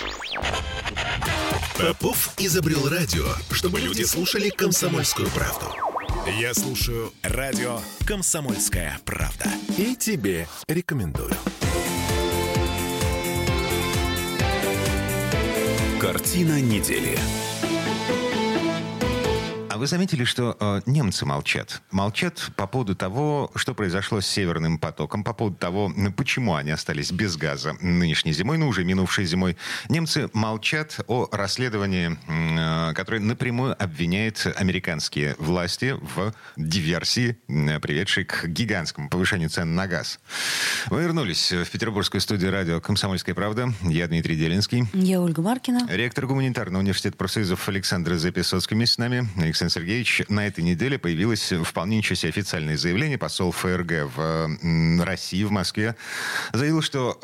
Попов изобрел радио, чтобы люди слушали «Комсомольскую правду». Я слушаю радио «Комсомольская правда». И тебе рекомендую. Картина недели. А вы заметили, что немцы молчат? Молчат по поводу того, что произошло с Северным потоком, по поводу того, почему они остались без газа нынешней зимой, уже минувшей зимой. Немцы молчат о расследовании, которое напрямую обвиняет американские власти в диверсии, приведшей к гигантскому повышению цен на газ. Мы вернулись в петербургскую студию радио «Комсомольская правда». Я Дмитрий Делинский. Я Ольга Маркина. Ректор гуманитарного университета профсоюзов Александр Записоцкий вместе с нами. Александр Сергеевич, на этой неделе появилось вполне ничего себе официальное заявление. Посол ФРГ в России, в Москве, заявил, что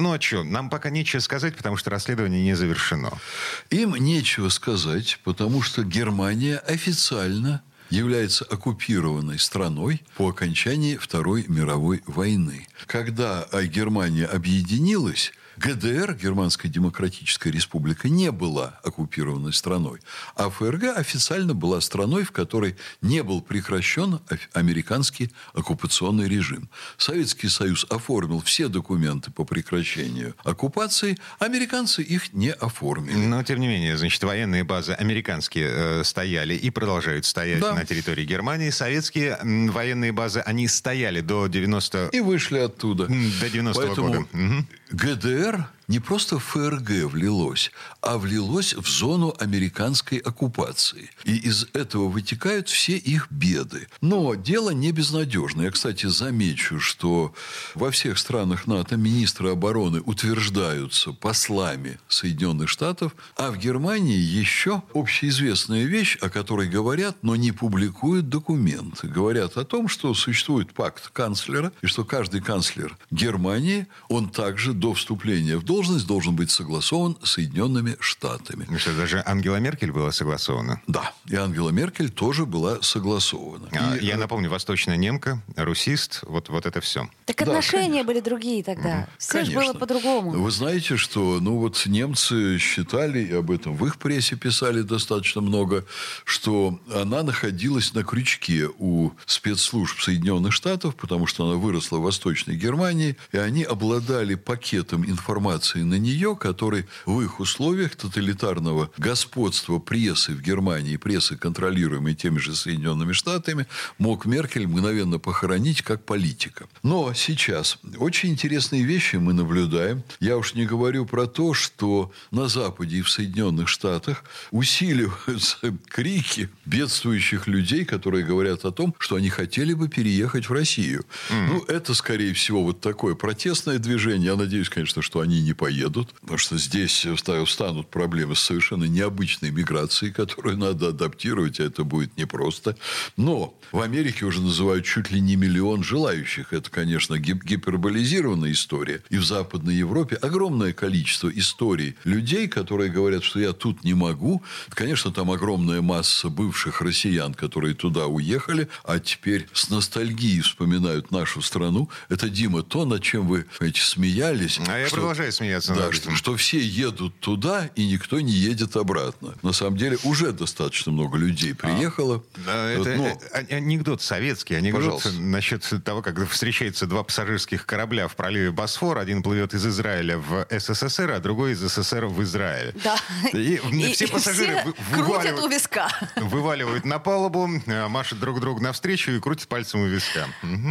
нам пока нечего сказать, потому что расследование не завершено. Им нечего сказать, потому что Германия официально является оккупированной страной по окончании Второй мировой войны. Когда Германия объединилась, ГДР, Германская Демократическая Республика, не была оккупированной страной. А ФРГ официально была страной, в которой не был прекращен американский оккупационный режим. Советский Союз оформил все документы по прекращению оккупации, американцы их не оформили. Но, тем не менее, военные базы американские стояли и продолжают стоять на территории Германии. Советские военные базы, они стояли до 90... И вышли оттуда. До 90-го года. Угу. ГДР не просто в ФРГ влилось, а влилось в зону американской оккупации. И из этого вытекают все их беды. Но дело не безнадежное. Я, кстати, замечу, что во всех странах НАТО министры обороны утверждаются послами Соединенных Штатов, а в Германии еще общеизвестная вещь, о которой говорят, но не публикуют документы. Говорят о том, что существует пакт канцлера, и что каждый канцлер Германии, он также до вступления в должность должен быть согласован с Соединенными Штатами. Что, даже Ангела Меркель была согласована? Да, и Ангела Меркель тоже была согласована. Я напомню, восточная немка, русист, вот это все. Так отношения были другие тогда. Все же было по-другому. Вы знаете, что немцы считали, и об этом в их прессе писали достаточно много, что она находилась на крючке у спецслужб Соединенных Штатов, потому что она выросла в Восточной Германии, и они обладали пакетом информации на нее, который в их условиях тоталитарного господства прессы в Германии, прессы, контролируемой теми же Соединенными Штатами, мог Меркель мгновенно похоронить как политика. Но сейчас очень интересные вещи мы наблюдаем. Я уж не говорю про то, что на Западе и в Соединенных Штатах усиливаются крики бедствующих людей, которые говорят о том, что они хотели бы переехать в Россию. Это, скорее всего, вот такое протестное движение. Я надеюсь, конечно, что они не поедут, потому что здесь встанут проблемы с совершенно необычной миграцией, которую надо адаптировать, а это будет непросто. Но в Америке уже называют чуть ли не 1 миллион желающих. Это, конечно, гиперболизированная история. И в Западной Европе огромное количество историй людей, которые говорят, что я тут не могу. Конечно, там огромная масса бывших россиян, которые туда уехали, а теперь с ностальгией вспоминают нашу страну. Это, Дима, то, над чем вы, смеялись. А я продолжаю смеяться. Да, что все едут туда, и никто не едет обратно. На самом деле, уже достаточно много людей приехало. Это анекдот советский. Анекдот насчет того, как встречаются два пассажирских корабля в проливе Босфор. Один плывет из Израиля в СССР, а другой из СССР в Израиль. Да. И все пассажиры крутят у виска. Вываливают на палубу, машут друг другу навстречу и крутят пальцем у виска.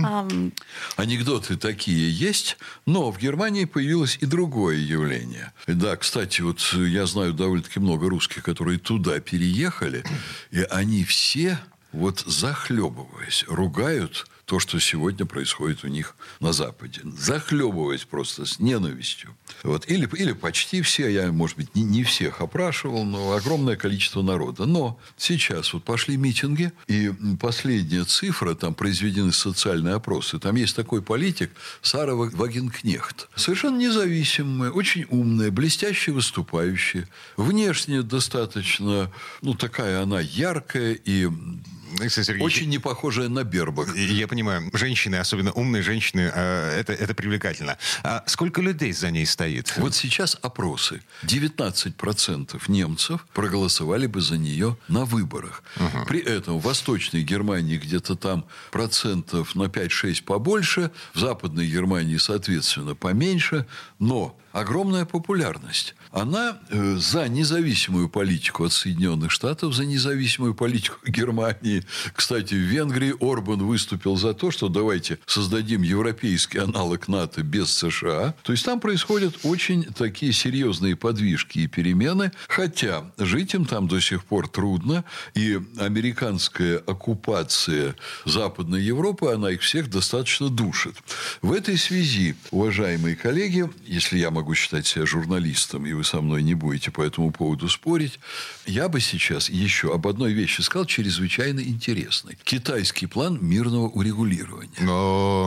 Анекдоты такие есть, но в Германии появилось и другое явление. Да, кстати, вот я знаю довольно-таки много русских, которые туда переехали, и они все, захлебываясь, ругают то, что сегодня происходит у них на Западе. Захлебываясь просто с ненавистью. Или почти все, я, может быть, не всех опрашивал, но огромное количество народа. Но сейчас пошли митинги, и последняя цифра, там произведены социальные опросы. Там есть такой политик Сара Вагенкнехт. Совершенно независимая, очень умная, блестяще выступающая. Внешне достаточно, такая она яркая и Очень не похожая на Бербак. Я понимаю, женщины, особенно умные женщины, это привлекательно. А сколько людей за ней стоит? Вот сейчас опросы. 19% немцев проголосовали бы за нее на выборах. При этом в Восточной Германии где-то там процентов на 5-6 побольше, в Западной Германии, соответственно, поменьше, но огромная популярность. Она за независимую политику от Соединенных Штатов, за независимую политику Германии. Кстати, в Венгрии Орбан выступил за то, что давайте создадим европейский аналог НАТО без США. То есть там происходят очень такие серьезные подвижки и перемены. Хотя жить им там до сих пор трудно. И американская оккупация Западной Европы, она их всех достаточно душит. В этой связи, уважаемые коллеги, если я могу считать себя журналистом, и вы со мной не будете по этому поводу спорить, я бы сейчас еще об одной вещи сказал, чрезвычайно интересной. Китайский план мирного урегулирования.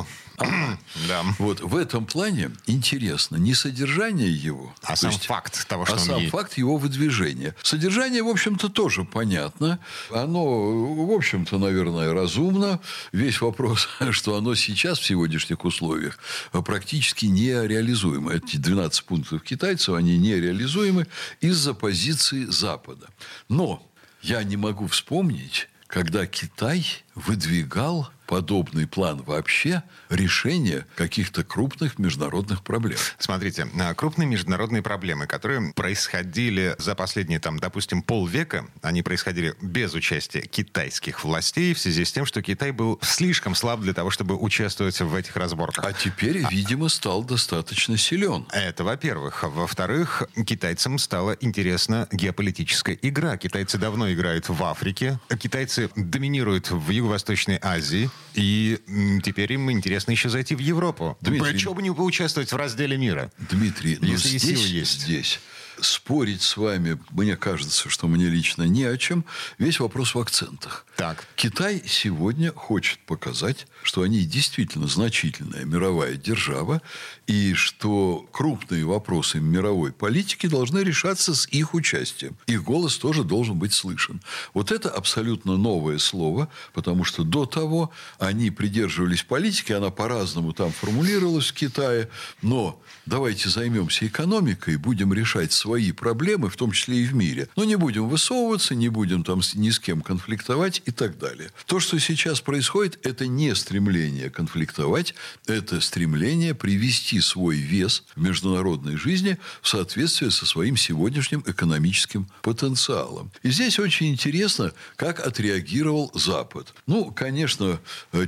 Да. Вот в этом плане интересно не содержание его, сам факт того, что сам факт его выдвижения. Содержание, в общем-то, тоже понятно. Оно, в общем-то, наверное, разумно. Весь вопрос, что оно сейчас в сегодняшних условиях практически нереализуемо. Эти 12 пунктов китайцев, они нереализуемы из-за позиции Запада. Но я не могу вспомнить, когда Китай выдвигал подобный план вообще решения каких-то крупных международных проблем. Смотрите, крупные международные проблемы, которые происходили за последние, допустим, полвека, они происходили без участия китайских властей в связи с тем, что Китай был слишком слаб для того, чтобы участвовать в этих разборках. А теперь, видимо, стал достаточно силен. Это, во-первых. Во-вторых, китайцам стала интересна геополитическая игра. Китайцы давно играют в Африке, китайцы доминируют в Юго-Восточной Азии, и теперь им интересно еще зайти в Европу. Дмитрий, чего бы не поучаствовать в разделе мира? Дмитрий, если силы есть. Здесь спорить с вами, мне кажется, что мне лично не о чем. Весь вопрос в акцентах. Так. Китай сегодня хочет показать, что они действительно значительная мировая держава, и что крупные вопросы мировой политики должны решаться с их участием. Их голос тоже должен быть слышен. Вот это абсолютно новое слово, потому что до того они придерживались политики, она по-разному там формулировалась в Китае, но давайте займемся экономикой, будем решать свои проблемы, в том числе и в мире. Но не будем высовываться, не будем там ни с кем конфликтовать и так далее. То, что сейчас происходит, это не стремление конфликтовать, это стремление привести свой вес в международной жизни в соответствии со своим сегодняшним экономическим потенциалом. И здесь очень интересно, как отреагировал Запад. Конечно,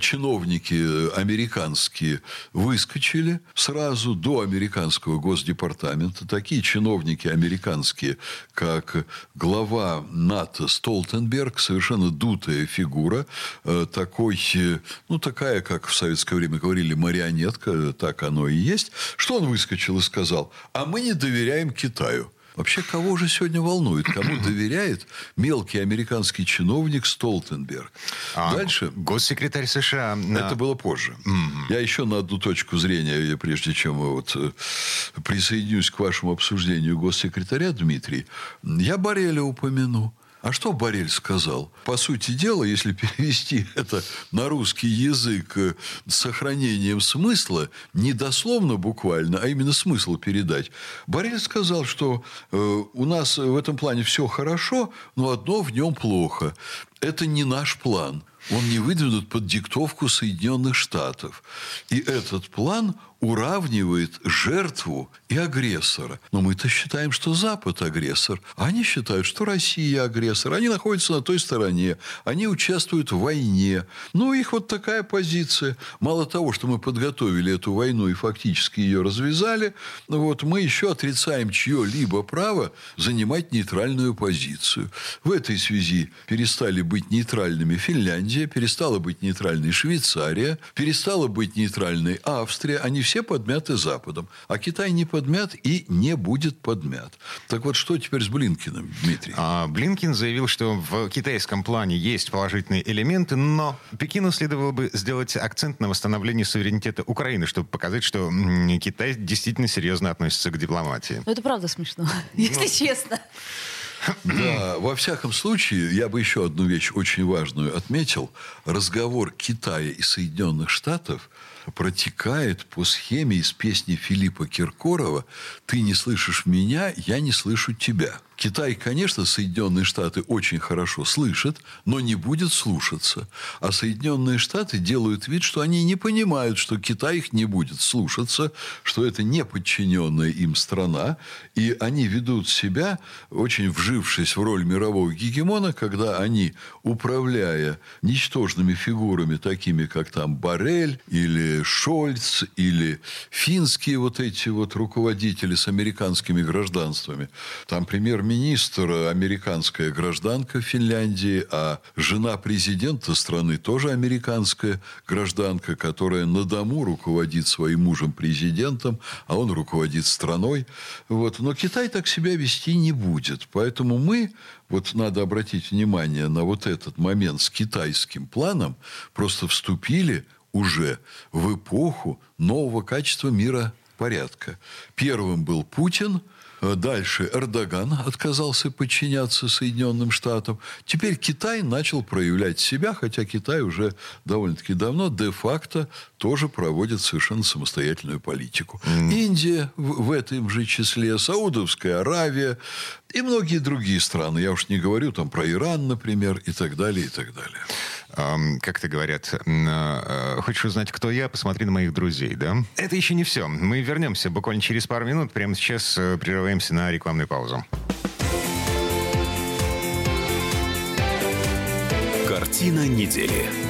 чиновники американские выскочили сразу до американского Госдепартамента. Такие чиновники американские, как глава НАТО Столтенберг, совершенно дутая фигура, такая, как в советское время говорили, марионетка, так оно и есть. Что он выскочил и сказал? А мы не доверяем Китаю. Вообще, кого же сегодня волнует? Кому доверяет мелкий американский чиновник Столтенберг? Дальше. Госсекретарь США. Это было позже. Я еще на одну точку зрения, прежде чем присоединюсь к вашему обсуждению госсекретаря, Дмитрий, я Борреля упомяну. А что Боррель сказал? По сути дела, если перевести это на русский язык с сохранением смысла, не дословно буквально, а именно смысл передать, Боррель сказал, что у нас в этом плане все хорошо, но одно в нем плохо. Это не наш план. Он не выдвинут под диктовку Соединенных Штатов. И этот план уравнивает жертву и агрессора. Но мы-то считаем, что Запад агрессор. А они считают, что Россия агрессор. Они находятся на той стороне. Они участвуют в войне. Их такая позиция. Мало того, что мы подготовили эту войну и фактически ее развязали, мы еще отрицаем чье-либо право занимать нейтральную позицию. В этой связи перестали быть нейтральными Финляндия, перестала быть нейтральной Швейцария, перестала быть нейтральной Австрия. Они все подмяты Западом. А Китай не подмят и не будет подмят. Так вот, что теперь с Блинкеном, Дмитрий? Блинкен заявил, что в китайском плане есть положительные элементы, но Пекину следовало бы сделать акцент на восстановлении суверенитета Украины, чтобы показать, что Китай действительно серьезно относится к дипломатии. Это правда смешно, если честно. Да, во всяком случае, я бы еще одну вещь очень важную отметил. Разговор Китая и Соединенных Штатов протекает по схеме из песни Филиппа Киркорова «Ты не слышишь меня, я не слышу тебя». Китай, конечно, Соединенные Штаты очень хорошо слышат, но не будет слушаться. А Соединенные Штаты делают вид, что они не понимают, что Китай их не будет слушаться, что это не подчиненная им страна. И они ведут себя, очень вжившись в роль мирового гегемона, когда они, управляя ничтожными фигурами, такими как там Боррель или Шольц, или финские вот эти вот руководители с американскими гражданствами, там премьер-министр американская гражданка Финляндии, а жена президента страны тоже американская гражданка, которая на дому руководит своим мужем-президентом, а он руководит страной. Вот. Но Китай так себя вести не будет. Поэтому мы, вот надо обратить внимание на вот этот момент с китайским планом, просто вступили уже в эпоху нового качества миропорядка. Первым был Путин. Дальше Эрдоган отказался подчиняться Соединенным Штатам. Теперь Китай начал проявлять себя, хотя Китай уже довольно-таки давно де-факто тоже проводит совершенно самостоятельную политику. Индия в этом же числе, Саудовская Аравия и многие другие страны. Я уж не говорю там про Иран, например, и так далее, и так далее. Как-то говорят, хочешь узнать, кто я? Посмотри на моих друзей, да? Это еще не все. Мы вернемся буквально через пару минут. Прямо сейчас прерываемся на рекламную паузу. Картина недели.